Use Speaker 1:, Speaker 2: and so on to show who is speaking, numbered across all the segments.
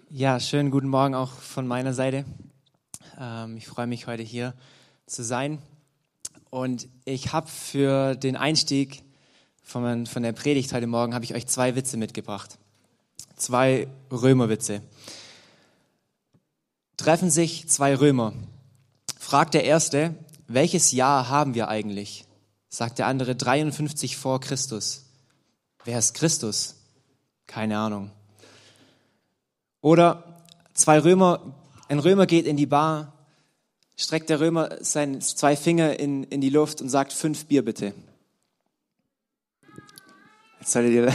Speaker 1: Ja, schönen guten Morgen auch von meiner Seite. Ich freue mich, heute hier zu sein. Und ich habe für den Einstieg von der Predigt heute Morgen, habe ich euch 2 Witze mitgebracht. 2 Römerwitze. Treffen sich 2 Römer. Fragt der Erste, welches Jahr haben wir eigentlich? Sagt der andere, 53 vor Christus. Wer ist Christus? Keine Ahnung. Oder ein Römer geht in die Bar, streckt der Römer seine 2 Finger in die Luft und sagt 5 Bier bitte. Jetzt solltet ihr...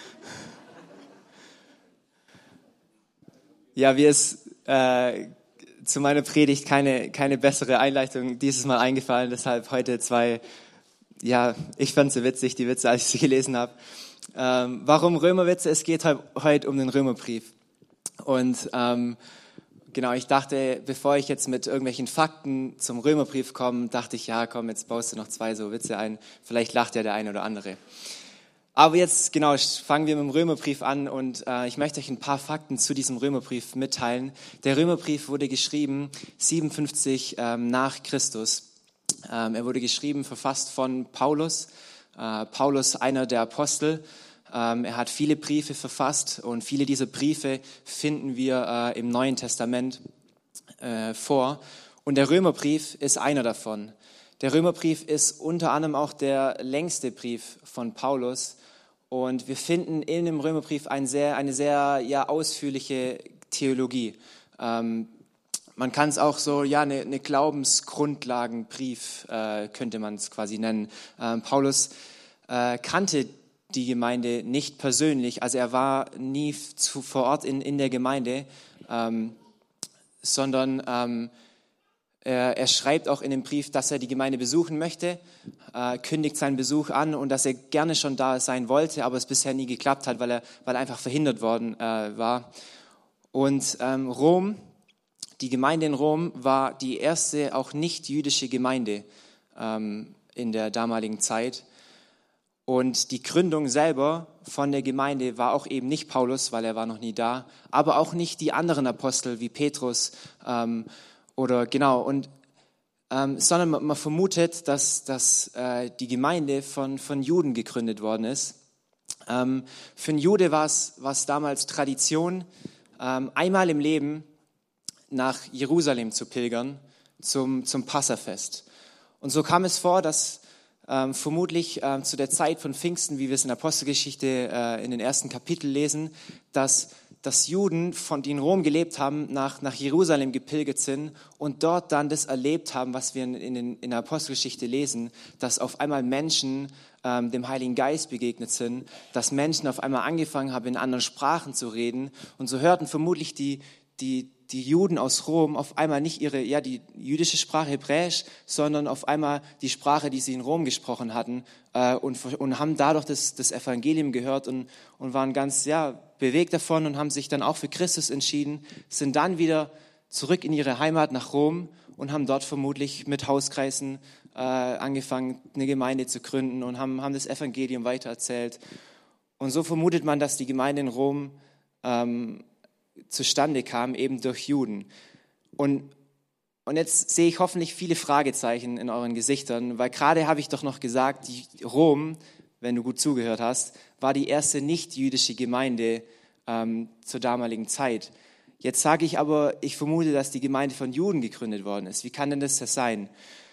Speaker 1: Ja, mir ist zu meiner Predigt keine bessere Einleitung dieses Mal eingefallen, deshalb heute 2, ja, ich fand sie witzig, die Witze, als ich sie gelesen habe. Warum Römerwitze? Es geht heute um den Römerbrief. Und genau, ich dachte, bevor ich jetzt mit irgendwelchen Fakten zum Römerbrief komme, dachte ich, ja komm, jetzt baust du noch 2 so Witze ein, vielleicht lacht ja der eine oder andere. Aber jetzt, genau, fangen wir mit dem Römerbrief an und ich möchte euch ein paar Fakten zu diesem Römerbrief mitteilen. Der Römerbrief wurde geschrieben 57 nach Christus. Er wurde geschrieben, verfasst von Paulus. Paulus, einer der Apostel. Er hat viele Briefe verfasst und viele dieser Briefe finden wir im Neuen Testament vor. Und der Römerbrief ist einer davon. Der Römerbrief ist unter anderem auch der längste Brief von Paulus. Und wir finden in dem Römerbrief eine sehr ausführliche Theologie. Man kann es auch so, ja, eine Glaubensgrundlagenbrief könnte man es quasi nennen. Paulus kannte die Gemeinde nicht persönlich, also er war nie vor Ort in der Gemeinde, sondern er schreibt auch in dem Brief, dass er die Gemeinde besuchen möchte, kündigt seinen Besuch an und dass er gerne schon da sein wollte, aber es bisher nie geklappt hat, weil er einfach verhindert worden war. Und Rom, die Gemeinde in Rom war die erste auch nicht jüdische Gemeinde in der damaligen Zeit. Und die Gründung selber von der Gemeinde war auch eben nicht Paulus, weil er war noch nie da, aber auch nicht die anderen Apostel wie Petrus sondern man vermutet, dass die Gemeinde von Juden gegründet worden ist. Für einen Jude war es damals Tradition, einmal im Leben nach Jerusalem zu pilgern zum Passafest. Und so kam es vor, dass vermutlich zu der Zeit von Pfingsten, wie wir es in der Apostelgeschichte in den ersten Kapiteln lesen, dass Juden, die in Rom gelebt haben, nach Jerusalem gepilgert sind und dort dann das erlebt haben, was wir in der Apostelgeschichte lesen, dass auf einmal Menschen dem Heiligen Geist begegnet sind, dass Menschen auf einmal angefangen haben, in anderen Sprachen zu reden. Und so hörten vermutlich die Juden aus Rom auf einmal nicht die jüdische Sprache Hebräisch, sondern auf einmal die Sprache, die sie in Rom gesprochen hatten und haben dadurch das Evangelium gehört und waren ganz bewegt davon und haben sich dann auch für Christus entschieden, sind dann wieder zurück in ihre Heimat nach Rom und haben dort vermutlich mit Hauskreisen angefangen, eine Gemeinde zu gründen und haben das Evangelium weitererzählt. Und so vermutet man, dass die Gemeinde in Rom zustande kam, eben durch Juden. Und jetzt sehe ich hoffentlich viele Fragezeichen in euren Gesichtern, weil gerade habe ich doch noch gesagt, Rom, wenn du gut zugehört hast, war die erste nicht-jüdische Gemeinde zur damaligen Zeit. Jetzt sage ich aber, ich vermute, dass die Gemeinde von Juden gegründet worden ist. Wie kann denn das sein?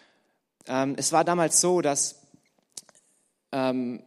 Speaker 1: Es war damals so, dass die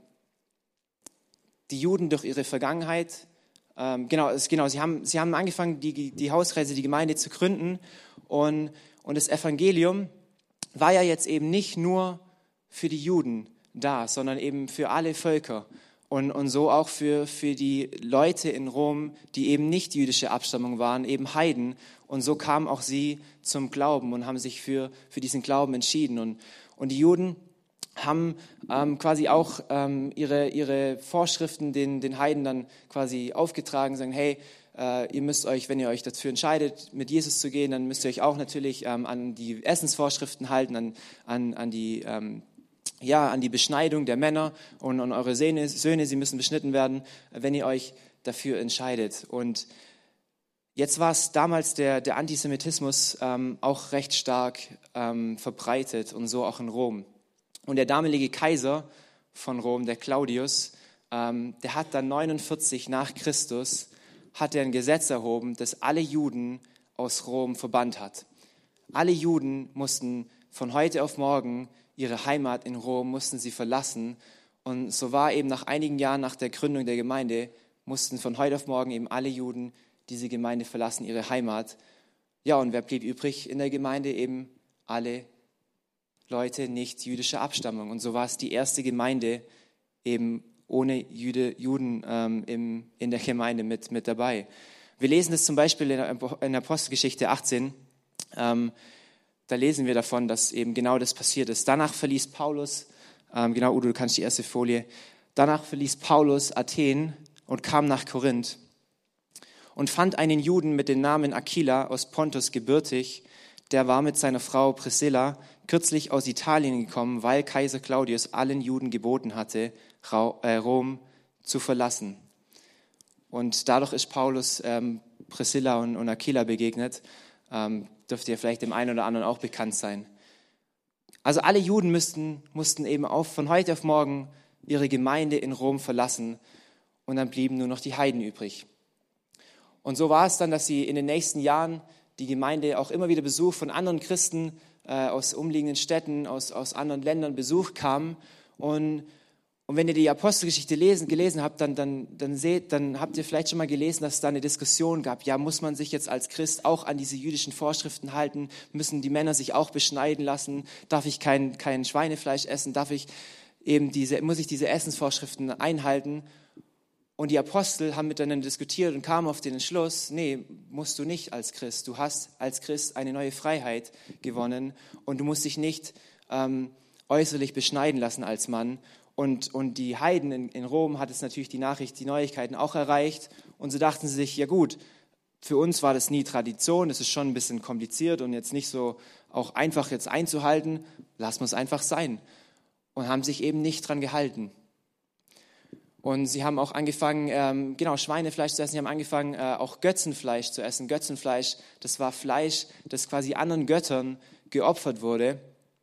Speaker 1: Juden durch ihre Vergangenheit sie haben angefangen, die Hauskreise, die Gemeinde zu gründen und das Evangelium war ja jetzt eben nicht nur für die Juden da, sondern eben für alle Völker und so auch für die Leute in Rom, die eben nicht jüdische Abstammung waren, eben Heiden, und so kamen auch sie zum Glauben und haben sich für diesen Glauben entschieden und die Juden haben quasi auch ihre Vorschriften den Heiden dann quasi aufgetragen, sagen, hey, ihr müsst euch, wenn ihr euch dafür entscheidet, mit Jesus zu gehen, dann müsst ihr euch auch natürlich an die Essensvorschriften halten, an die Beschneidung der Männer und eure Söhne, sie müssen beschnitten werden, wenn ihr euch dafür entscheidet. Und Jetzt war es damals der Antisemitismus auch recht stark verbreitet und so auch in Rom. Und der damalige Kaiser von Rom, der Claudius, der hat dann 49 nach Christus, hat er ein Gesetz erhoben, das alle Juden aus Rom verbannt hat. Alle Juden mussten von heute auf morgen ihre Heimat in Rom mussten sie verlassen. Und so war eben nach einigen Jahren nach der Gründung der Gemeinde, mussten von heute auf morgen eben alle Juden diese Gemeinde verlassen, ihre Heimat. Ja, und wer blieb übrig in der Gemeinde? Eben alle Leute nicht jüdischer Abstammung. Und so war es die erste Gemeinde eben ohne Juden in der Gemeinde mit dabei. Wir lesen das zum Beispiel in Apostelgeschichte 18. Da lesen wir davon, dass eben genau das passiert ist. Danach verließ Paulus, genau Udo, du kannst die erste Folie. Danach verließ Paulus Athen und kam nach Korinth und fand einen Juden mit dem Namen Aquila aus Pontus gebürtig. Der war mit seiner Frau Priscilla kürzlich aus Italien gekommen, weil Kaiser Claudius allen Juden geboten hatte, Rom zu verlassen. Und dadurch ist Paulus Priscilla und Aquila begegnet. Dürfte ja vielleicht dem einen oder anderen auch bekannt sein. Also alle Juden mussten eben von heute auf morgen ihre Gemeinde in Rom verlassen und dann blieben nur noch die Heiden übrig. Und so war es dann, dass sie in den nächsten Jahren die Gemeinde auch immer wieder Besuch von anderen Christen aus umliegenden Städten, aus anderen Ländern Besuch kam. Und wenn ihr die Apostelgeschichte gelesen habt, dann habt ihr vielleicht schon mal gelesen, dass es da eine Diskussion gab. Ja, muss man sich jetzt als Christ auch an diese jüdischen Vorschriften halten? Müssen die Männer sich auch beschneiden lassen? Darf ich kein Schweinefleisch essen? Muss ich diese Essensvorschriften einhalten? Und die Apostel haben miteinander diskutiert und kamen auf den Entschluss, nee, musst du nicht als Christ. Du hast als Christ eine neue Freiheit gewonnen und du musst dich nicht äußerlich beschneiden lassen als Mann. Und die Heiden in Rom hat es natürlich die Neuigkeiten auch erreicht. Und so dachten sie sich, ja gut, für uns war das nie Tradition, das ist schon ein bisschen kompliziert und jetzt nicht so auch einfach jetzt einzuhalten, lassen wir es einfach sein. Und haben sich eben nicht dran gehalten. Und sie haben auch angefangen, Schweinefleisch zu essen, sie haben angefangen, auch Götzenfleisch zu essen. Götzenfleisch, das war Fleisch, das quasi anderen Göttern geopfert wurde.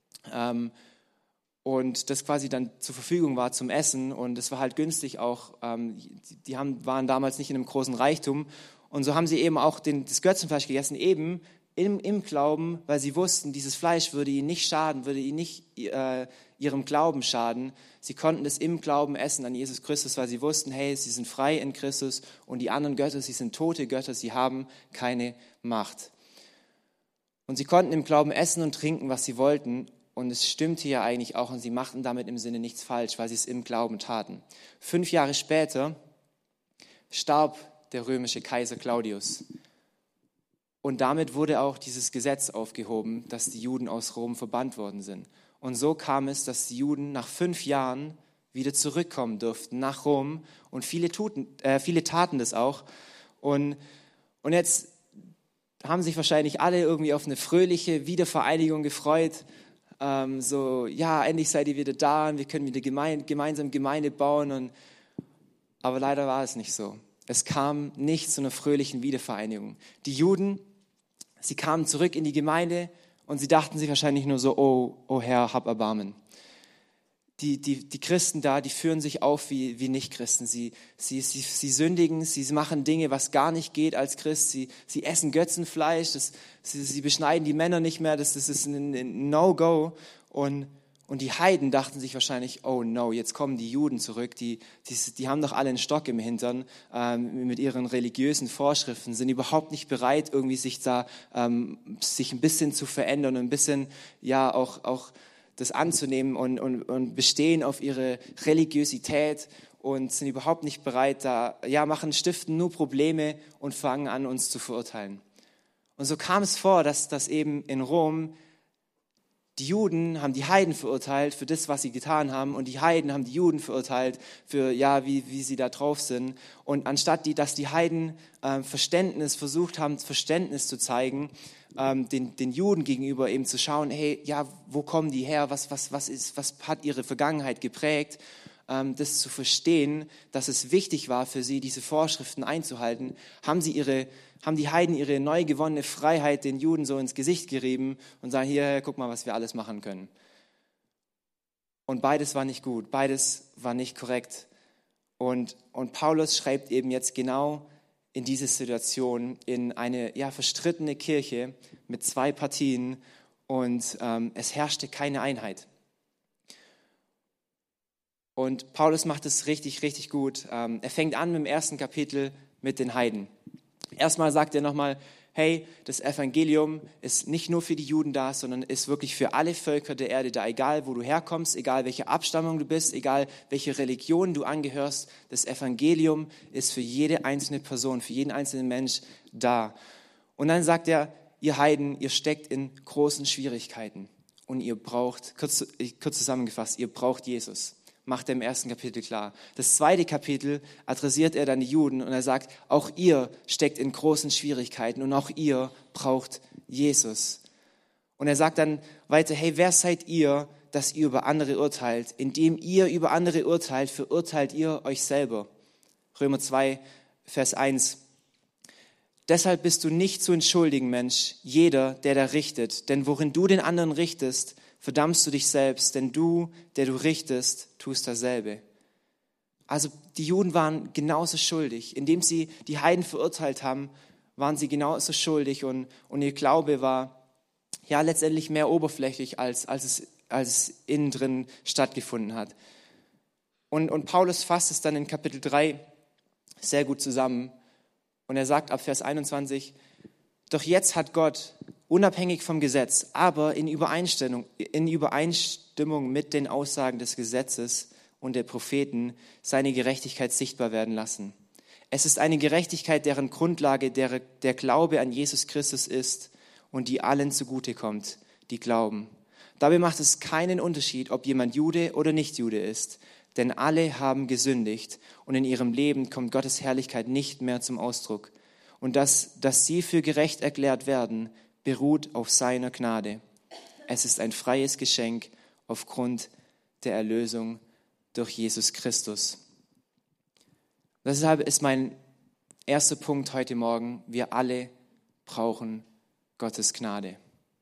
Speaker 1: Und das quasi dann zur Verfügung war zum Essen und es war halt günstig auch, waren damals nicht in einem großen Reichtum und so haben sie eben auch das Götzenfleisch gegessen, eben im Glauben, weil sie wussten, dieses Fleisch würde ihnen nicht schaden, würde ihnen nicht ihrem Glauben schaden. Sie konnten das im Glauben essen an Jesus Christus, weil sie wussten, hey, sie sind frei in Christus und die anderen Götter, sie sind tote Götter, sie haben keine Macht. Und sie konnten im Glauben essen und trinken, was sie wollten. Und es stimmte ja eigentlich auch und sie machten damit im Sinne nichts falsch, weil sie es im Glauben taten. 5 Jahre später starb der römische Kaiser Claudius. Und damit wurde auch dieses Gesetz aufgehoben, dass die Juden aus Rom verbannt worden sind. Und so kam es, dass die Juden nach 5 Jahren wieder zurückkommen durften nach Rom. Und viele taten das auch. Und jetzt haben sich wahrscheinlich alle irgendwie auf eine fröhliche Wiedervereinigung gefreut. Endlich seid ihr wieder da und wir können wieder gemeinsam Gemeinde bauen. Aber leider war es nicht so. Es kam nicht zu einer fröhlichen Wiedervereinigung. Die Juden, sie kamen zurück in die Gemeinde und sie dachten sich wahrscheinlich nur so, oh Herr, hab Erbarmen. Die Christen da, die führen sich auf wie Nichtchristen. Sie sündigen, sie machen Dinge, was gar nicht geht als Christ. Sie essen Götzenfleisch, sie beschneiden die Männer nicht mehr, das ist ein No-Go. Und die Heiden dachten sich wahrscheinlich, oh no, jetzt kommen die Juden zurück, die haben doch alle einen Stock im Hintern mit ihren religiösen Vorschriften, sind überhaupt nicht bereit, irgendwie sich ein bisschen zu verändern und ein bisschen, ja, auch das anzunehmen und bestehen auf ihre Religiosität und sind überhaupt nicht bereit, stiften nur Probleme und fangen an, uns zu verurteilen. Und so kam es vor, dass eben in Rom die Juden haben die Heiden verurteilt für das, was sie getan haben, und die Heiden haben die Juden verurteilt für, wie sie da drauf sind. Und anstatt dass die Heiden versucht haben, Verständnis zu zeigen, den Juden gegenüber eben zu schauen, hey, ja, wo kommen die her, was hat ihre Vergangenheit geprägt, das zu verstehen, dass es wichtig war für sie, diese Vorschriften einzuhalten, haben die Heiden ihre neu gewonnene Freiheit den Juden so ins Gesicht gerieben und sagen, hier, guck mal, was wir alles machen können. Und beides war nicht gut, beides war nicht korrekt. Und Paulus schreibt eben jetzt genau in diese Situation, in eine verstrittene Kirche mit zwei Partien und es herrschte keine Einheit. Und Paulus macht es richtig, richtig gut. Er fängt an mit dem ersten Kapitel mit den Heiden. Erstmal sagt er nochmal, hey, das Evangelium ist nicht nur für die Juden da, sondern ist wirklich für alle Völker der Erde da, egal wo du herkommst, egal welche Abstammung du bist, egal welche Religion du angehörst. Das Evangelium ist für jede einzelne Person, für jeden einzelnen Mensch da. Und dann sagt er, ihr Heiden, ihr steckt in großen Schwierigkeiten und ihr braucht, kurz zusammengefasst, ihr braucht Jesus. Macht er im ersten Kapitel klar. Das zweite Kapitel adressiert er dann die Juden und er sagt, auch ihr steckt in großen Schwierigkeiten und auch ihr braucht Jesus. Und er sagt dann weiter, hey, wer seid ihr, dass ihr über andere urteilt? Indem ihr über andere urteilt, verurteilt ihr euch selber. Römer 2, Vers 1. Deshalb bist du nicht zu entschuldigen, Mensch, jeder, der da richtet. Denn worin du den anderen richtest, verdammst du dich selbst, denn du, der du richtest, tust dasselbe. Also die Juden waren genauso schuldig. Indem sie die Heiden verurteilt haben, waren sie genauso schuldig und ihr Glaube war ja letztendlich mehr oberflächlich, als es innen drin stattgefunden hat. Und Paulus fasst es dann in Kapitel 3 sehr gut zusammen und er sagt ab Vers 21, doch jetzt hat Gott unabhängig vom Gesetz, aber in Übereinstimmung mit den Aussagen des Gesetzes und der Propheten seine Gerechtigkeit sichtbar werden lassen. Es ist eine Gerechtigkeit, deren Grundlage der Glaube an Jesus Christus ist und die allen zugutekommt, die glauben. Dabei macht es keinen Unterschied, ob jemand Jude oder nicht Jude ist, denn alle haben gesündigt und in ihrem Leben kommt Gottes Herrlichkeit nicht mehr zum Ausdruck. Und dass sie für gerecht erklärt werden, beruht auf seiner Gnade. Es ist ein freies Geschenk aufgrund der Erlösung durch Jesus Christus. Deshalb ist mein erster Punkt heute Morgen, wir alle brauchen Gottes Gnade.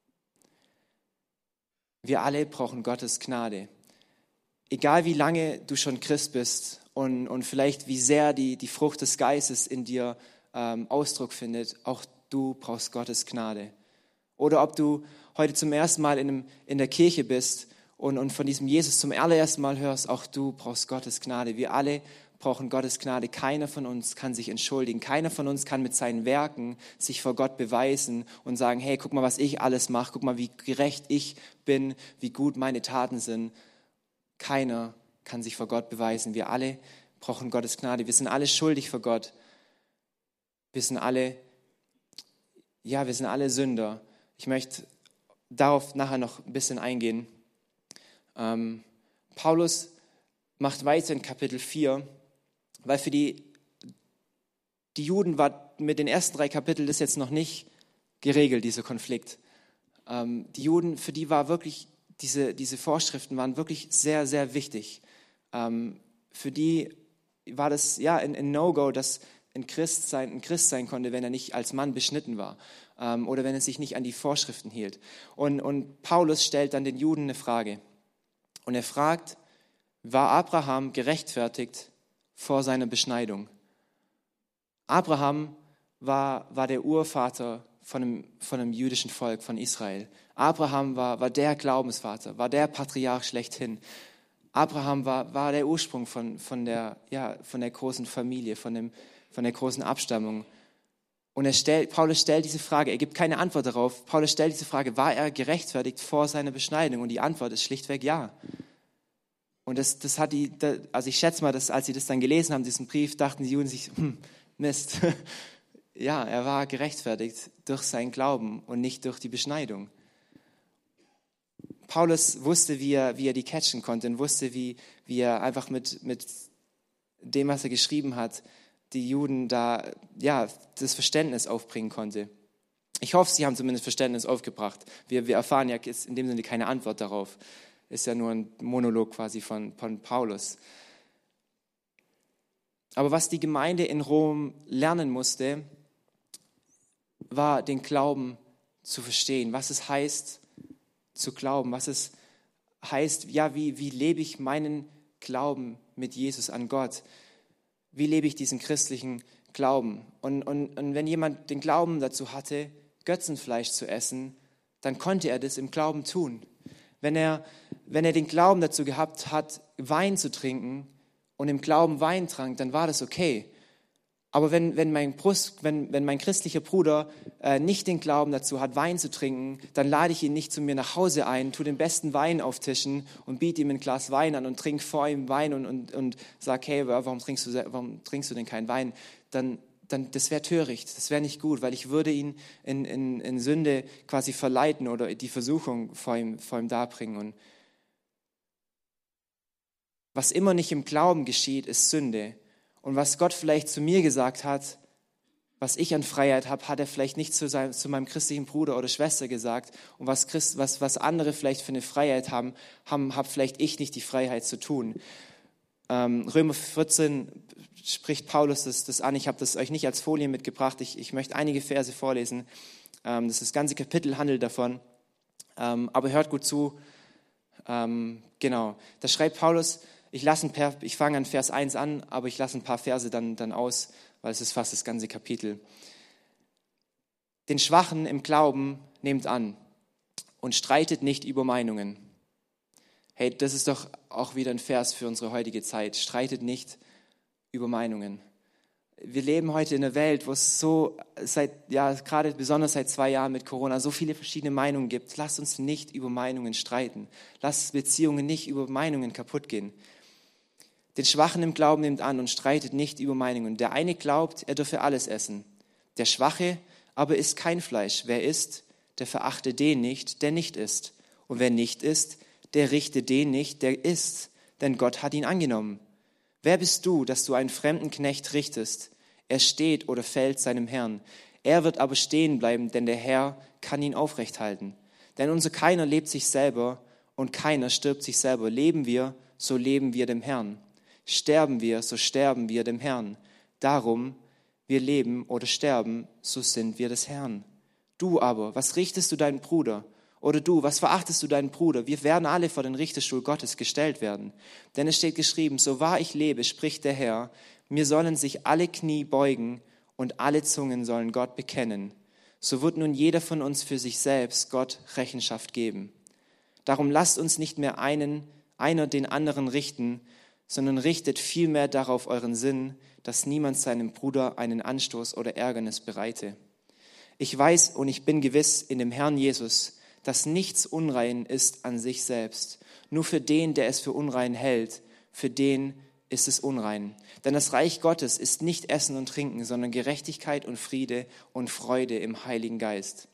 Speaker 1: Wir alle brauchen Gottes Gnade. Egal wie lange du schon Christ bist und vielleicht wie sehr die Frucht des Geistes in dir Ausdruck findet, auch du brauchst Gottes Gnade. Oder ob du heute zum ersten Mal in der Kirche bist und von diesem Jesus zum allerersten Mal hörst, auch du brauchst Gottes Gnade. Wir alle brauchen Gottes Gnade. Keiner von uns kann sich entschuldigen. Keiner von uns kann mit seinen Werken sich vor Gott beweisen und sagen, hey, guck mal, was ich alles mache. Guck mal, wie gerecht ich bin, wie gut meine Taten sind. Keiner kann sich vor Gott beweisen. Wir alle brauchen Gottes Gnade. Wir sind alle schuldig vor Gott. Wir sind alle Sünder. Ich möchte darauf nachher noch ein bisschen eingehen. Paulus macht weiter in Kapitel 4, weil für die Juden war mit den ersten 3 Kapiteln das jetzt noch nicht geregelt, dieser Konflikt. Die Juden, für die war wirklich, diese Vorschriften waren wirklich sehr, sehr wichtig. Für die war das ein No-Go, dass ein Christ sein konnte, wenn er nicht als Mann beschnitten war oder wenn er sich nicht an die Vorschriften hielt. Und Paulus stellt dann den Juden eine Frage. Und er fragt, war Abraham gerechtfertigt vor seiner Beschneidung? Abraham war der Urvater von einem jüdischen Volk, von Israel. Abraham war der Glaubensvater, war der Patriarch schlechthin. Abraham war der Ursprung von der großen Familie, von der großen Abstammung. Und Paulus stellt diese Frage, er gibt keine Antwort darauf. Paulus stellt diese Frage, war er gerechtfertigt vor seiner Beschneidung? Und die Antwort ist schlichtweg ja. Und das hat also ich schätze mal, dass als sie das dann gelesen haben, diesen Brief, dachten die Juden sich, Mist. Ja, er war gerechtfertigt durch seinen Glauben und nicht durch die Beschneidung. Paulus wusste, wie er die catchen konnte und wusste, wie er einfach mit dem, was er geschrieben hat, die Juden da das Verständnis aufbringen konnte. Ich hoffe, sie haben zumindest Verständnis aufgebracht. Wir erfahren in dem Sinne keine Antwort darauf. Ist ja nur ein Monolog quasi von Paulus. Aber was die Gemeinde in Rom lernen musste, war den Glauben zu verstehen, was es heißt zu glauben, was es heißt, ja, wie lebe ich meinen Glauben mit Jesus an Gott, wie lebe ich diesen christlichen Glauben. Und wenn jemand den Glauben dazu hatte, Götzenfleisch zu essen, dann konnte er das im Glauben tun. Wenn er den Glauben dazu gehabt hat, Wein zu trinken und im Glauben Wein trank, dann war das okay. Aber wenn mein christlicher Bruder nicht den Glauben dazu hat, Wein zu trinken, dann lade ich ihn nicht zu mir nach Hause ein, tue den besten Wein auftischen und biete ihm ein Glas Wein an und trinke vor ihm Wein und sage, hey, warum trinkst du denn keinen Wein? Dann das wäre töricht, das wäre nicht gut, weil ich würde ihn in Sünde quasi verleiten oder die Versuchung vor ihm darbringen. Und was immer nicht im Glauben geschieht, ist Sünde. Und was Gott vielleicht zu mir gesagt hat, was ich an Freiheit habe, hat er vielleicht nicht zu meinem christlichen Bruder oder Schwester gesagt. Und was andere vielleicht für eine Freiheit habe vielleicht ich nicht die Freiheit zu tun. Römer 14 spricht Paulus das an. Ich habe das euch nicht als Folie mitgebracht. Ich möchte einige Verse vorlesen. Das ganze Kapitel handelt davon. Aber hört gut zu. Genau. Da schreibt Paulus, ich fange an Vers 1 an, aber ich lasse ein paar Verse dann aus, weil es ist fast das ganze Kapitel. Den Schwachen im Glauben nehmt an und streitet nicht über Meinungen. Hey, das ist doch auch wieder ein Vers für unsere heutige Zeit. Streitet nicht über Meinungen. Wir leben heute in einer Welt, wo es gerade besonders seit 2 Jahren mit Corona so viele verschiedene Meinungen gibt. Lasst uns nicht über Meinungen streiten. Lasst Beziehungen nicht über Meinungen kaputt gehen. Den Schwachen im Glauben nehmt an und streitet nicht über Meinungen. Der eine glaubt, er dürfe alles essen. Der Schwache aber isst kein Fleisch. Wer isst, der verachte den nicht, der nicht isst. Und wer nicht isst, der richte den nicht, der isst. Denn Gott hat ihn angenommen. Wer bist du, dass du einen fremden Knecht richtest? Er steht oder fällt seinem Herrn. Er wird aber stehen bleiben, denn der Herr kann ihn aufrecht halten. Denn unser keiner lebt sich selber und keiner stirbt sich selber. Leben wir, so leben wir dem Herrn. Sterben wir, so sterben wir dem Herrn. Darum, wir leben oder sterben, so sind wir des Herrn. Du aber, was richtest du deinen Bruder? Oder du, was verachtest du deinen Bruder? Wir werden alle vor den Richterstuhl Gottes gestellt werden. Denn es steht geschrieben, so wahr ich lebe, spricht der Herr, mir sollen sich alle Knie beugen und alle Zungen sollen Gott bekennen. So wird nun jeder von uns für sich selbst Gott Rechenschaft geben. Darum lasst uns nicht mehr einer den anderen richten, sondern richtet vielmehr darauf euren Sinn, dass niemand seinem Bruder einen Anstoß oder Ärgernis bereite. Ich weiß und ich bin gewiss in dem Herrn Jesus, dass nichts unrein ist an sich selbst. Nur für den, der es für unrein hält, für den ist es unrein. Denn das Reich Gottes ist nicht Essen und Trinken, sondern Gerechtigkeit und Friede und Freude im Heiligen Geist.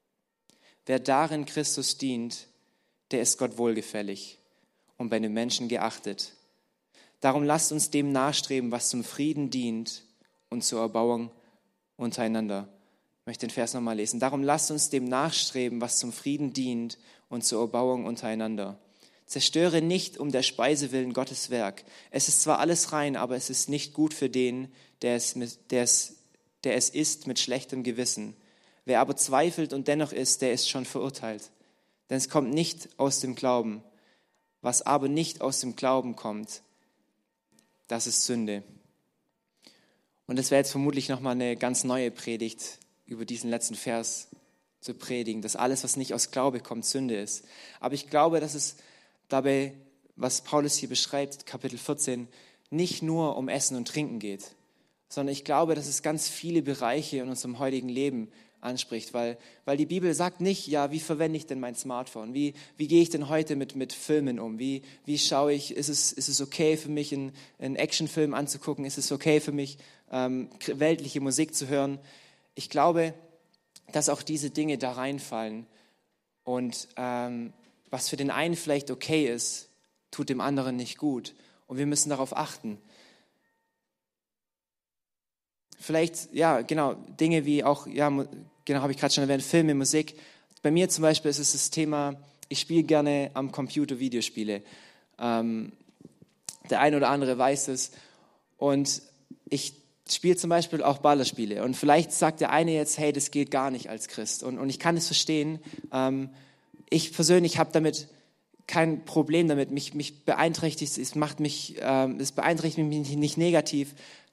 Speaker 1: Wer darin Christus dient, der ist Gott wohlgefällig und bei den Menschen geachtet. Darum lasst uns dem nachstreben, was zum Frieden dient und zur Erbauung untereinander. Ich möchte den Vers nochmal lesen. Darum lasst uns dem nachstreben, was zum Frieden dient und zur Erbauung untereinander. Zerstöre nicht um der Speise willen Gottes Werk. Es ist zwar alles rein, aber es ist nicht gut für den, der es isst mit schlechtem Gewissen. Wer aber zweifelt und dennoch isst, der ist schon verurteilt. Denn es kommt nicht aus dem Glauben. Was aber nicht aus dem Glauben kommt, das ist Sünde. Und das wäre jetzt vermutlich nochmal eine ganz neue Predigt, über diesen letzten Vers zu predigen, dass alles, was nicht aus Glaube kommt, Sünde ist. Aber ich glaube, dass es dabei, was Paulus hier beschreibt, Kapitel 14, nicht nur um Essen und Trinken geht, sondern ich glaube, dass es ganz viele Bereiche in unserem heutigen Leben anspricht, weil die Bibel sagt nicht, ja, wie verwende ich denn mein Smartphone? Wie gehe ich denn heute mit Filmen um? Wie schaue ich, ist es okay für mich, einen Actionfilm anzugucken? Ist es okay für mich, weltliche Musik zu hören? Ich glaube, dass auch diese Dinge da reinfallen und was für den einen vielleicht okay ist, tut dem anderen nicht gut und wir müssen darauf achten. Vielleicht, ja, genau, Dinge wie auch, ja, genau, habe ich gerade schon erwähnt, Filme, Musik. Bei mir zum Beispiel ist es das Thema, ich spiele gerne am Computer Videospiele. Der eine oder andere weiß es. Und ich spiele zum Beispiel auch Ballerspiele. Und vielleicht sagt der eine jetzt, hey, das geht gar nicht als Christ. Und ich kann es verstehen. Ich persönlich habe damit kein Problem damit. Mich beeinträchtigt, es beeinträchtigt mich nicht negativ.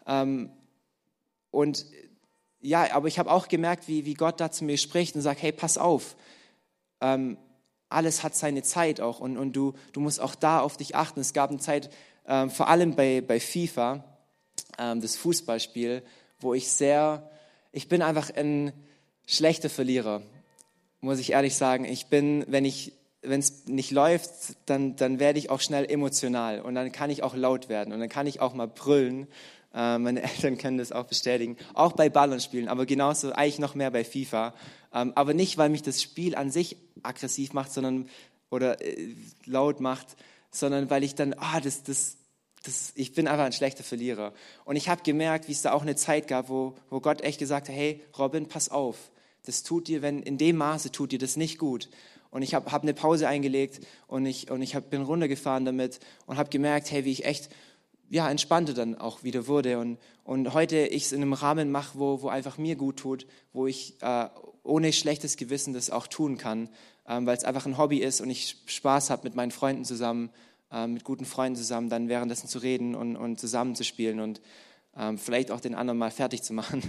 Speaker 1: Und ja, aber ich habe auch gemerkt, wie Gott da zu mir spricht und sagt, hey, pass auf. Alles hat seine Zeit auch und du musst auch da auf dich achten. Es gab eine Zeit, vor allem bei FIFA, das Fußballspiel, wo ich bin einfach ein schlechter Verlierer, muss ich ehrlich sagen. Wenn es nicht läuft, dann werde ich auch schnell emotional und dann kann ich auch laut werden und dann kann ich auch mal brüllen. Meine Eltern können das auch bestätigen, auch bei Ballernspielen, aber genauso eigentlich noch mehr bei FIFA. Aber nicht, weil mich das Spiel an sich aggressiv macht, oder laut macht, sondern weil ich dann, ich bin einfach ein schlechter Verlierer. Und ich habe gemerkt, wie es da auch eine Zeit gab, wo Gott echt gesagt hat, hey Robin, pass auf, das tut dir, in dem Maße tut dir das nicht gut. Und ich hab eine Pause eingelegt und bin runtergefahren damit und habe gemerkt, hey, wie ich echt entspannter dann auch wieder wurde und heute ich es in einem Rahmen mache, wo einfach mir gut tut, wo ich ohne schlechtes Gewissen das auch tun kann, weil es einfach ein Hobby ist und ich Spaß habe mit meinen Freunden zusammen, mit guten Freunden zusammen, dann währenddessen zu reden und zusammen zu spielen und vielleicht auch den anderen mal fertig zu machen.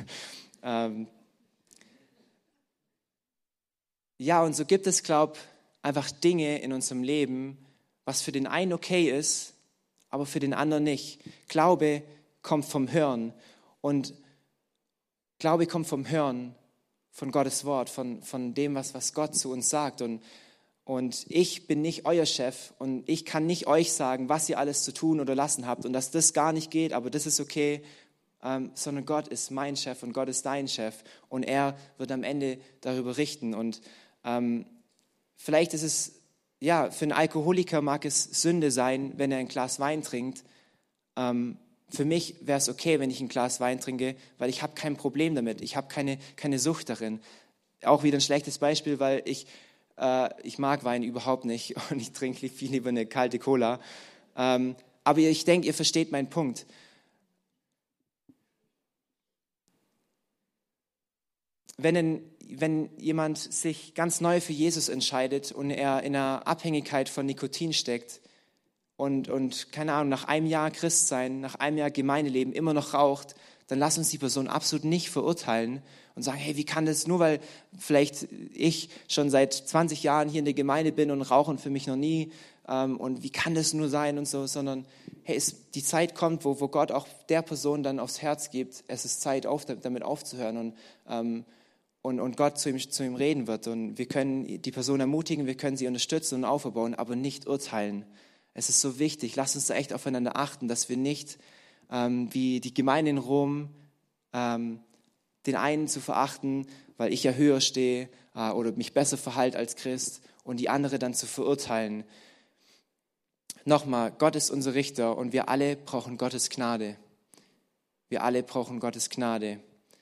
Speaker 1: Und so gibt es, glaube ich, einfach Dinge in unserem Leben, was für den einen okay ist, aber für den anderen nicht. Glaube kommt vom Hören und Glaube kommt vom Hören von Gottes Wort, von dem, was Gott zu uns sagt. Und ich bin nicht euer Chef und ich kann nicht euch sagen, was ihr alles zu tun oder lassen habt und dass das gar nicht geht, aber das ist okay, sondern Gott ist mein Chef und Gott ist dein Chef und er wird am Ende darüber richten. Und vielleicht ist es, für einen Alkoholiker mag es Sünde sein, wenn er ein Glas Wein trinkt. Für mich wäre es okay, wenn ich ein Glas Wein trinke, weil ich habe kein Problem damit. Ich habe keine Sucht darin. Auch wieder ein schlechtes Beispiel, weil ich mag Wein überhaupt nicht und ich trinke viel lieber eine kalte Cola. Aber ich denke, ihr versteht meinen Punkt. Wenn jemand sich ganz neu für Jesus entscheidet und er in einer Abhängigkeit von Nikotin steckt und keine Ahnung, nach einem Jahr Christsein, nach einem Jahr Gemeindeleben immer noch raucht, dann lass uns die Person absolut nicht verurteilen und sagen, hey, wie kann das, nur weil vielleicht ich schon seit 20 Jahren hier in der Gemeinde bin und Rauchen für mich noch nie und wie kann das nur sein und so, sondern hey, die Zeit kommt, wo Gott auch der Person dann aufs Herz gibt, es ist Zeit, damit aufzuhören und Gott zu ihm reden wird. Und wir können die Person ermutigen, wir können sie unterstützen und aufbauen, aber nicht urteilen. Es ist so wichtig, lasst uns da echt aufeinander achten, dass wir nicht wie die Gemeinde in Rom den einen zu verachten, weil ich ja höher stehe oder mich besser verhalte als Christ und die andere dann zu verurteilen. Nochmal, Gott ist unser Richter und wir alle brauchen Gottes Gnade. Wir alle brauchen Gottes Gnade.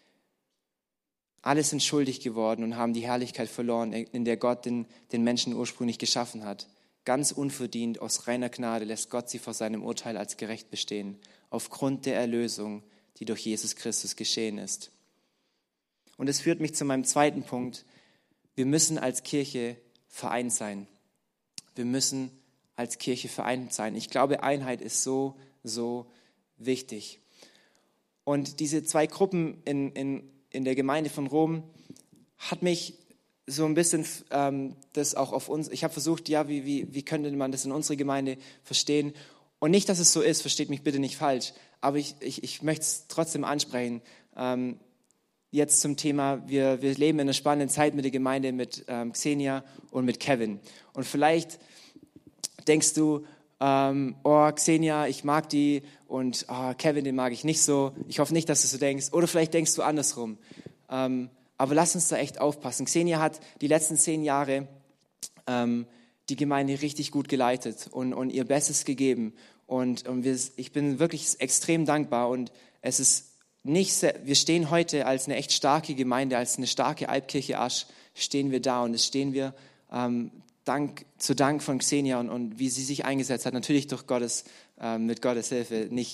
Speaker 1: Alle sind schuldig geworden und haben die Herrlichkeit verloren, in der Gott den Menschen ursprünglich geschaffen hat. Ganz unverdient, aus reiner Gnade lässt Gott sie vor seinem Urteil als gerecht bestehen, aufgrund der Erlösung, die durch Jesus Christus geschehen ist. Und es führt mich zu meinem zweiten Punkt. Wir müssen als Kirche vereint sein. Wir müssen als Kirche vereint sein. Ich glaube, Einheit ist so, so wichtig. Und diese zwei Gruppen in der Gemeinde von Rom hat mich so ein bisschen das auch auf uns, ich habe versucht, wie könnte man das in unserer Gemeinde verstehen? Und nicht, dass es so ist, versteht mich bitte nicht falsch, aber ich möchte es trotzdem ansprechen. Jetzt zum Thema, wir leben in einer spannenden Zeit mit der Gemeinde, mit Xenia und mit Kevin. Und vielleicht denkst du, Xenia, ich mag die und Kevin, den mag ich nicht so. Ich hoffe nicht, dass du so denkst. Oder vielleicht denkst du andersrum. Aber lass uns da echt aufpassen. Xenia hat die letzten 10 Jahre die Gemeinde richtig gut geleitet und ihr Bestes gegeben. Und ich bin wirklich extrem dankbar. Und es ist wir stehen heute als eine echt starke Gemeinde, als eine starke Albkirche Asch, stehen wir da. Und es stehen wir zu Dank von Xenia und wie sie sich eingesetzt hat, natürlich mit Gottes Hilfe, nicht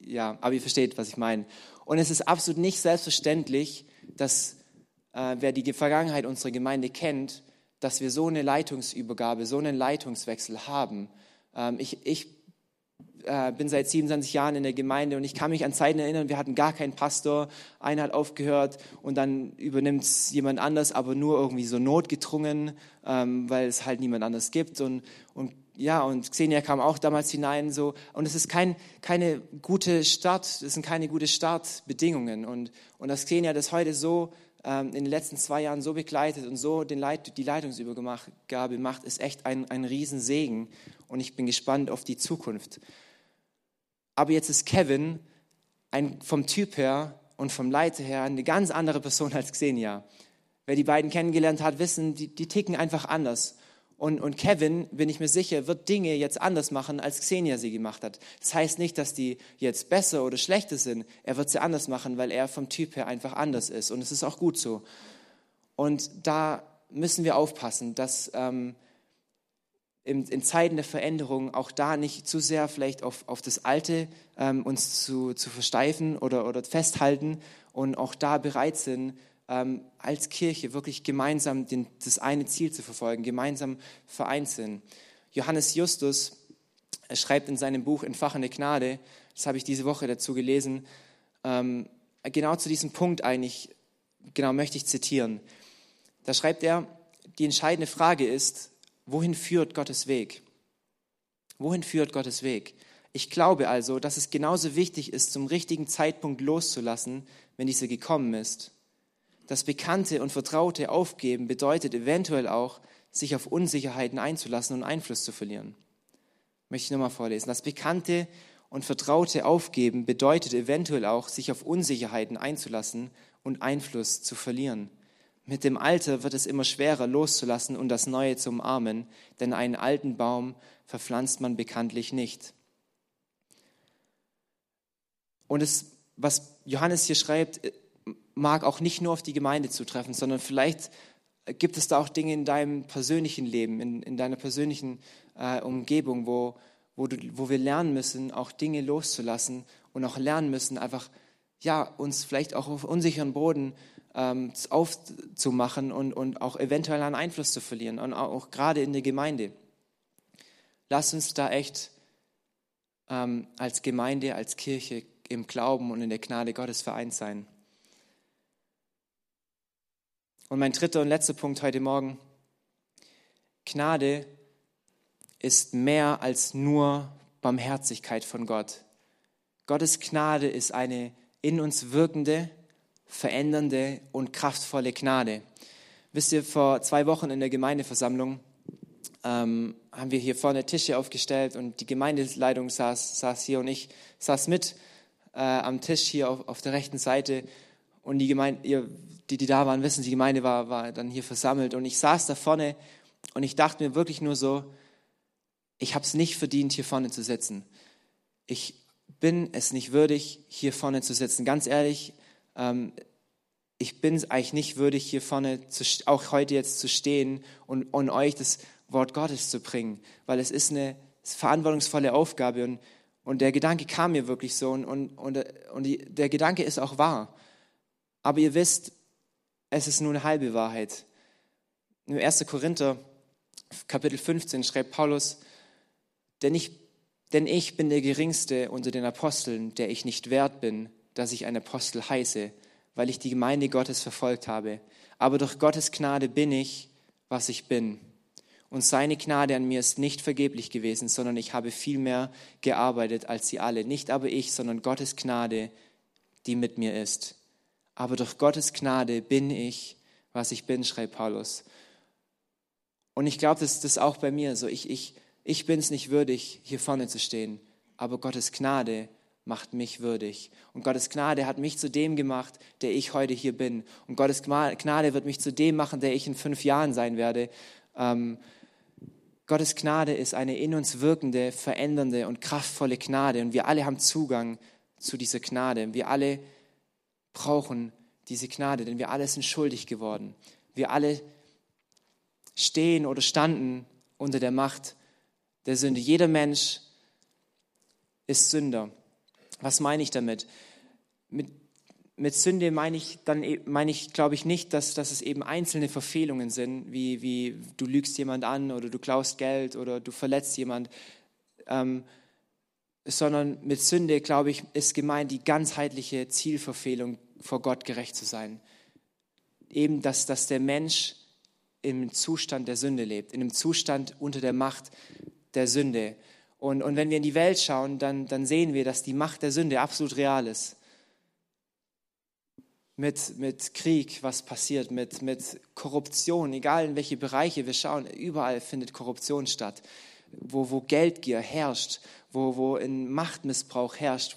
Speaker 1: ja, aber ihr versteht, was ich meine. Und es ist absolut nicht selbstverständlich, dass wer die Vergangenheit unserer Gemeinde kennt, dass wir so eine Leitungsübergabe, so einen Leitungswechsel haben. Ich bin seit 27 Jahren in der Gemeinde und ich kann mich an Zeiten erinnern, wir hatten gar keinen Pastor, einer hat aufgehört und dann übernimmt es jemand anders, aber nur irgendwie so notgedrungen, weil es halt niemand anders gibt und Xenia kam auch damals hinein so und es ist keine gute es sind keine gute Startbedingungen und dass Xenia das heute so in den letzten 2 Jahren so begleitet und so die Leitungsübergabe macht, ist echt ein Riesensegen und ich bin gespannt auf die Zukunft. Aber jetzt ist Kevin vom Typ her und vom Leiter her eine ganz andere Person als Xenia. Wer die beiden kennengelernt hat, wissen, die ticken einfach anders. Und Kevin, bin ich mir sicher, wird Dinge jetzt anders machen, als Xenia sie gemacht hat. Das heißt nicht, dass die jetzt besser oder schlechter sind. Er wird sie anders machen, weil er vom Typ her einfach anders ist. Und es ist auch gut so. Und da müssen wir aufpassen, dass in Zeiten der Veränderung auch da nicht zu sehr vielleicht auf das Alte uns zu versteifen oder festhalten und auch da bereit sind, als Kirche wirklich gemeinsam das eine Ziel zu verfolgen, gemeinsam vereint sind. Johannes Justus schreibt in seinem Buch Entfachende Gnade, das habe ich diese Woche dazu gelesen, genau zu diesem Punkt eigentlich, genau möchte ich zitieren. Da schreibt er, die entscheidende Frage ist, wohin führt Gottes Weg? Wohin führt Gottes Weg? Ich glaube also, dass es genauso wichtig ist, zum richtigen Zeitpunkt loszulassen, wenn dieser gekommen ist. Das Bekannte und Vertraute aufgeben bedeutet eventuell auch, sich auf Unsicherheiten einzulassen und Einfluss zu verlieren. Möchte ich nochmal vorlesen. Das Bekannte und Vertraute aufgeben bedeutet eventuell auch, sich auf Unsicherheiten einzulassen und Einfluss zu verlieren. Mit dem Alter wird es immer schwerer loszulassen und das Neue zu umarmen, denn einen alten Baum verpflanzt man bekanntlich nicht. Und was Johannes hier schreibt, mag auch nicht nur auf die Gemeinde zutreffen, sondern vielleicht gibt es da auch Dinge in deinem persönlichen Leben, in deiner persönlichen Umgebung, wo wir lernen müssen, auch Dinge loszulassen und auch lernen müssen, einfach uns vielleicht auch auf unsicheren Boden aufzumachen und auch eventuell einen Einfluss zu verlieren, und auch gerade in der Gemeinde. Lasst uns da echt als Gemeinde, als Kirche im Glauben und in der Gnade Gottes vereint sein. Und mein dritter und letzter Punkt heute Morgen: Gnade ist mehr als nur Barmherzigkeit von Gott. Gottes Gnade ist eine in uns wirkende, verändernde und kraftvolle Gnade. Wisst ihr, vor 2 Wochen in der Gemeindeversammlung haben wir hier vorne Tische aufgestellt und die Gemeindeleitung saß hier und ich saß mit am Tisch hier auf der rechten Seite und die Gemeinde, die da waren, wissen, die Gemeinde war dann hier versammelt und ich saß da vorne und ich dachte mir wirklich nur so, ich habe es nicht verdient, hier vorne zu sitzen. Ich bin es nicht würdig, hier vorne zu sitzen. Ganz ehrlich, ich bin es eigentlich nicht würdig, hier vorne auch heute jetzt zu stehen und euch das Wort Gottes zu bringen, weil es ist eine verantwortungsvolle Aufgabe und der Gedanke kam mir wirklich so und der Gedanke ist auch wahr. Aber ihr wisst, es ist nur eine halbe Wahrheit. Im 1. Korinther, Kapitel 15, schreibt Paulus, denn ich bin der Geringste unter den Aposteln, der ich nicht wert bin, dass ich ein Apostel heiße, weil ich die Gemeinde Gottes verfolgt habe. Aber durch Gottes Gnade bin ich, was ich bin. Und seine Gnade an mir ist nicht vergeblich gewesen, sondern ich habe viel mehr gearbeitet als sie alle. Nicht aber ich, sondern Gottes Gnade, die mit mir ist. Aber durch Gottes Gnade bin ich, was ich bin, schreibt Paulus. Und ich glaube, das ist auch bei mir so. Ich bin es nicht würdig, hier vorne zu stehen, aber Gottes Gnade macht mich würdig. Und Gottes Gnade hat mich zu dem gemacht, der ich heute hier bin. Und Gottes Gnade wird mich zu dem machen, der ich in 5 Jahren sein werde. Gottes Gnade ist eine in uns wirkende, verändernde und kraftvolle Gnade. Und wir alle haben Zugang zu dieser Gnade. Wir alle brauchen diese Gnade, denn wir alle sind schuldig geworden. Wir alle stehen oder standen unter der Macht der Sünde. Jeder Mensch ist Sünder. Was meine ich damit? Mit Sünde meine ich, glaube ich, nicht, dass es eben einzelne Verfehlungen sind, wie du lügst jemand an oder du klaust Geld oder du verletzt jemand, sondern mit Sünde, glaube ich, ist gemeint die ganzheitliche Zielverfehlung, vor Gott gerecht zu sein. Eben, dass der Mensch im Zustand der Sünde lebt, in einem Zustand unter der Macht der Sünde. Und wenn wir in die Welt schauen, dann sehen wir, dass die Macht der Sünde absolut real ist. Mit Krieg, was passiert, mit Korruption, egal in welche Bereiche wir schauen, überall findet Korruption statt, wo Geldgier herrscht, wo in Machtmissbrauch herrscht,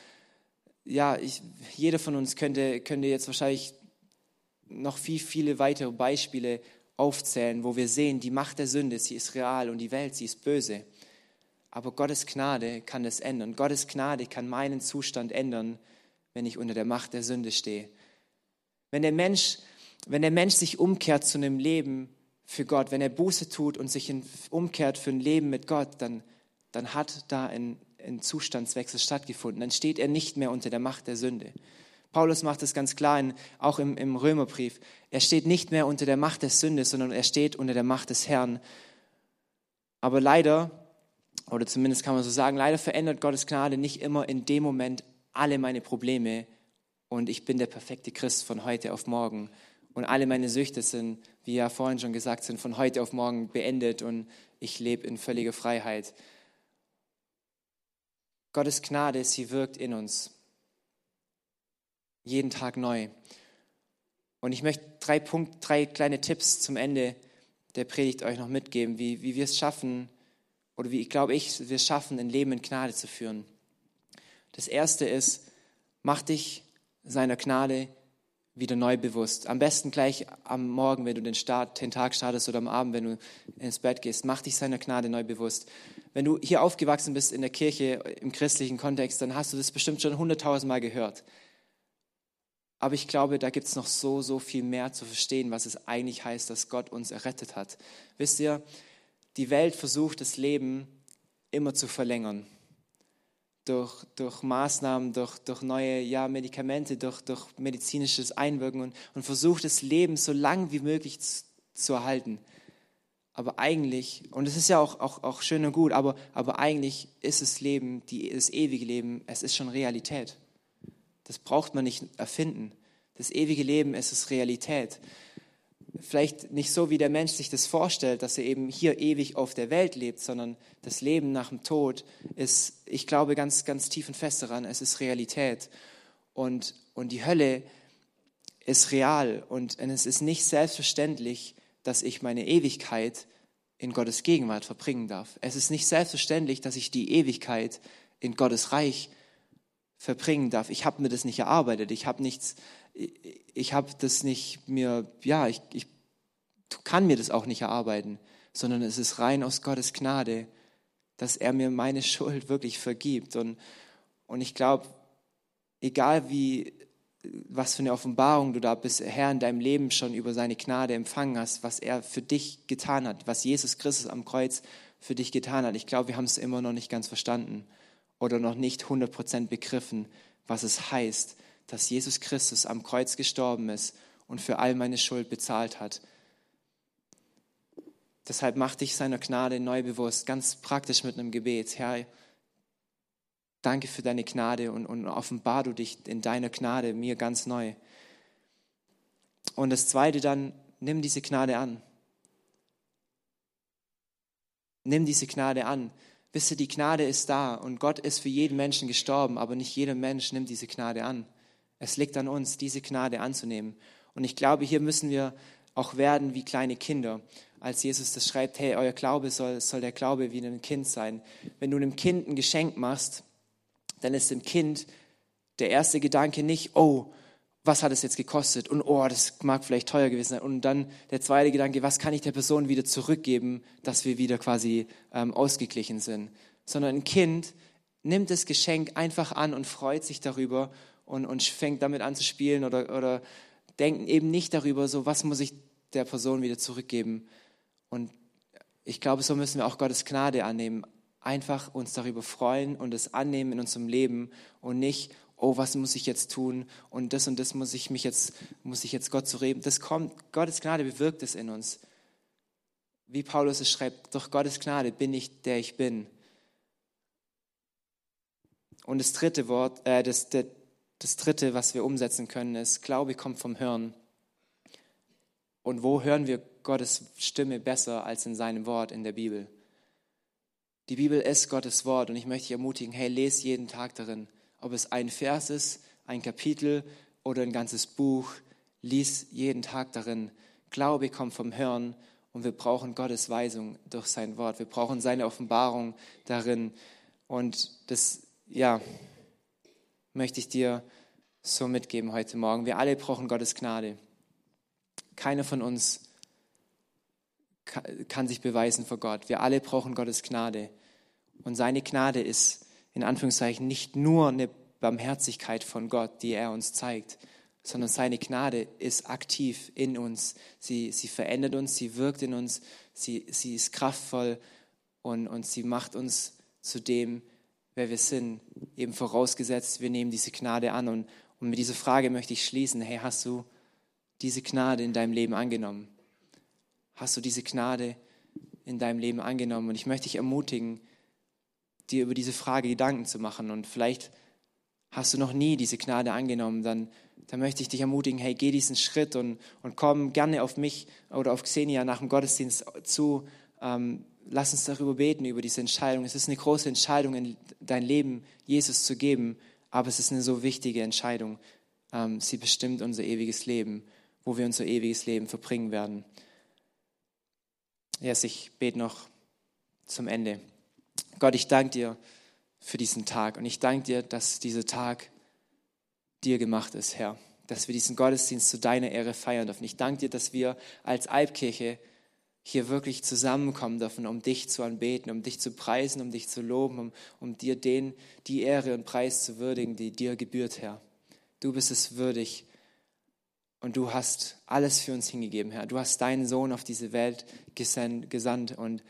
Speaker 1: jeder von uns könnte jetzt wahrscheinlich noch viele weitere Beispiele aufzählen, wo wir sehen, die Macht der Sünde, sie ist real und die Welt, sie ist böse. Aber Gottes Gnade kann das ändern. Gottes Gnade kann meinen Zustand ändern, wenn ich unter der Macht der Sünde stehe. Wenn der Mensch sich umkehrt zu einem Leben für Gott, wenn er Buße tut und sich umkehrt für ein Leben mit Gott, dann hat da ein Zustandswechsel stattgefunden. Dann steht er nicht mehr unter der Macht der Sünde. Paulus macht es ganz klar, auch im Römerbrief. Er steht nicht mehr unter der Macht der Sünde, sondern er steht unter der Macht des Herrn. Aber leider, oder zumindest kann man so sagen, leider verändert Gottes Gnade nicht immer in dem Moment alle meine Probleme und ich bin der perfekte Christ von heute auf morgen. Und alle meine Süchte sind, wie ja vorhin schon gesagt, sind von heute auf morgen beendet und ich lebe in völliger Freiheit. Gottes Gnade, sie wirkt in uns. Jeden Tag neu. Und ich möchte 3 kleine Tipps zum Ende der Predigt euch noch mitgeben, wie wir es schaffen, oder wir es schaffen, ein Leben in Gnade zu führen. Das erste ist, mach dich seiner Gnade wieder neu bewusst. Am besten gleich am Morgen, wenn du den Tag startest oder am Abend, wenn du ins Bett gehst. Mach dich seiner Gnade neu bewusst. Wenn du hier aufgewachsen bist in der Kirche, im christlichen Kontext, dann hast du das bestimmt schon 100.000 Mal gehört. Aber ich glaube, da gibt es noch so viel mehr zu verstehen, was es eigentlich heißt, dass Gott uns errettet hat. Wisst ihr, die Welt versucht, das Leben immer zu verlängern. Durch Maßnahmen, durch neue Medikamente, durch medizinisches Einwirken und versucht, das Leben so lang wie möglich zu erhalten. Aber eigentlich, und es ist ja auch schön und gut, aber eigentlich ist das Leben, das ewige Leben, es ist schon Realität. Das braucht man nicht erfinden. Das ewige Leben, es ist Realität. Vielleicht nicht so, wie der Mensch sich das vorstellt, dass er eben hier ewig auf der Welt lebt, sondern das Leben nach dem Tod ist, ich glaube ganz, ganz tief und fest daran, es ist Realität. Und die Hölle ist real und es ist nicht selbstverständlich, dass ich meine Ewigkeit in Gottes Gegenwart verbringen darf. Es ist nicht selbstverständlich, dass ich die Ewigkeit in Gottes Reich verbringen darf. Ich habe mir das nicht erarbeitet. Ich kann mir das auch nicht erarbeiten, sondern es ist rein aus Gottes Gnade, dass er mir meine Schuld wirklich vergibt. Und ich glaube, egal was für eine Offenbarung du da bisher in deinem Leben schon über seine Gnade empfangen hast, was er für dich getan hat, was Jesus Christus am Kreuz für dich getan hat, ich glaube, wir haben es immer noch nicht ganz verstanden oder noch nicht 100% begriffen, was es heißt, dass Jesus Christus am Kreuz gestorben ist und für all meine Schuld bezahlt hat. Deshalb mach dich seiner Gnade neu bewusst, ganz praktisch mit einem Gebet. Herr, danke für deine Gnade und offenbar du dich in deiner Gnade mir ganz neu. Und das Zweite dann, nimm diese Gnade an. Nimm diese Gnade an. Wisst ihr, die Gnade ist da und Gott ist für jeden Menschen gestorben, aber nicht jeder Mensch nimmt diese Gnade an. Es liegt an uns, diese Gnade anzunehmen. Und ich glaube, hier müssen wir auch werden wie kleine Kinder. Als Jesus das schreibt, hey, euer Glaube soll der Glaube wie ein Kind sein. Wenn du einem Kind ein Geschenk machst, dann ist dem Kind der erste Gedanke nicht, oh, was hat es jetzt gekostet? Und oh, das mag vielleicht teuer gewesen sein. Und dann der zweite Gedanke, was kann ich der Person wieder zurückgeben, dass wir wieder quasi ausgeglichen sind. Sondern ein Kind nimmt das Geschenk einfach an und freut sich darüber und fängt damit an zu spielen oder denkt eben nicht darüber, so was muss ich der Person wieder zurückgeben. Und ich glaube, so müssen wir auch Gottes Gnade annehmen. einfach uns darüber freuen und es annehmen in unserem Leben und nicht, oh, was muss ich jetzt tun und das muss ich jetzt Gott zu reden. Das kommt, Gottes Gnade bewirkt es in uns. Wie Paulus es schreibt, durch Gottes Gnade bin ich, der ich bin. Und das dritte, was wir umsetzen können, ist, Glaube kommt vom Hören. Und wo hören wir Gottes Stimme besser als in seinem Wort in der Bibel? Die Bibel ist Gottes Wort und ich möchte dich ermutigen, hey, lese jeden Tag darin. Ob es ein Vers ist, ein Kapitel oder ein ganzes Buch, lies jeden Tag darin. Glaube kommt vom Hören und wir brauchen Gottes Weisung durch sein Wort. Wir brauchen seine Offenbarung darin. Und das, möchte ich dir so mitgeben heute Morgen. Wir alle brauchen Gottes Gnade. Keiner von uns kann sich beweisen vor Gott. Wir alle brauchen Gottes Gnade. Und seine Gnade ist in Anführungszeichen nicht nur eine Barmherzigkeit von Gott, die er uns zeigt, sondern seine Gnade ist aktiv in uns. Sie verändert uns, sie wirkt in uns, sie ist kraftvoll und sie macht uns zu dem, wer wir sind. Eben vorausgesetzt, wir nehmen diese Gnade an. Und mit dieser Frage möchte ich schließen. Hey, hast du diese Gnade in deinem Leben angenommen? Hast du diese Gnade in deinem Leben angenommen? Und ich möchte dich ermutigen, dir über diese Frage Gedanken zu machen. Und vielleicht hast du noch nie diese Gnade angenommen, dann möchte ich dich ermutigen, hey, geh diesen Schritt und komm gerne auf mich oder auf Xenia nach dem Gottesdienst zu. Lass uns darüber beten, über diese Entscheidung. Es ist eine große Entscheidung, in dein Leben Jesus zu geben, aber es ist eine so wichtige Entscheidung. Sie bestimmt unser ewiges Leben, wo wir unser ewiges Leben verbringen werden. Yes, ich bete noch zum Ende. Gott, ich danke dir für diesen Tag und ich danke dir, dass dieser Tag dir gemacht ist, Herr. Dass wir diesen Gottesdienst zu deiner Ehre feiern dürfen. Ich danke dir, dass wir als Albkirche hier wirklich zusammenkommen dürfen, um dich zu anbeten, um dich zu preisen, um dich zu loben, um dir die Ehre und Preis zu würdigen, die dir gebührt, Herr. Du bist es würdig und du hast alles für uns hingegeben, Herr. Du hast deinen Sohn auf diese Welt gesandt und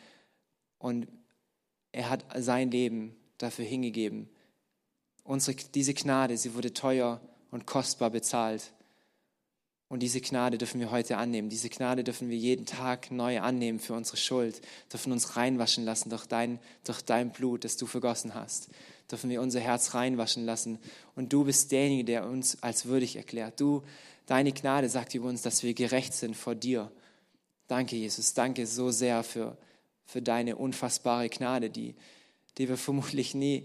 Speaker 1: er hat sein Leben dafür hingegeben. Diese Gnade, sie wurde teuer und kostbar bezahlt. Und diese Gnade dürfen wir heute annehmen. Diese Gnade dürfen wir jeden Tag neu annehmen für unsere Schuld. Dürfen uns reinwaschen lassen durch dein Blut, das du vergossen hast. Dürfen wir unser Herz reinwaschen lassen. Und du bist derjenige, der uns als würdig erklärt. Deine Gnade sagt über uns, dass wir gerecht sind vor dir. Danke, Jesus. Danke so sehr für deine unfassbare Gnade, die wir vermutlich nie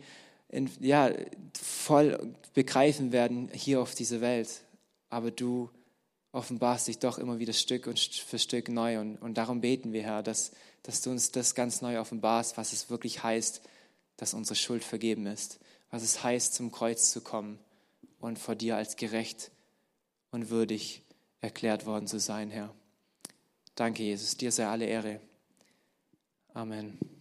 Speaker 1: voll begreifen werden hier auf dieser Welt. Aber du offenbarst dich doch immer wieder Stück für Stück neu. Und darum beten wir, Herr, dass du uns das ganz neu offenbarst, was es wirklich heißt, dass unsere Schuld vergeben ist. Was es heißt, zum Kreuz zu kommen und vor dir als gerecht und würdig erklärt worden zu sein, Herr. Danke, Jesus. Dir sei alle Ehre. Amen.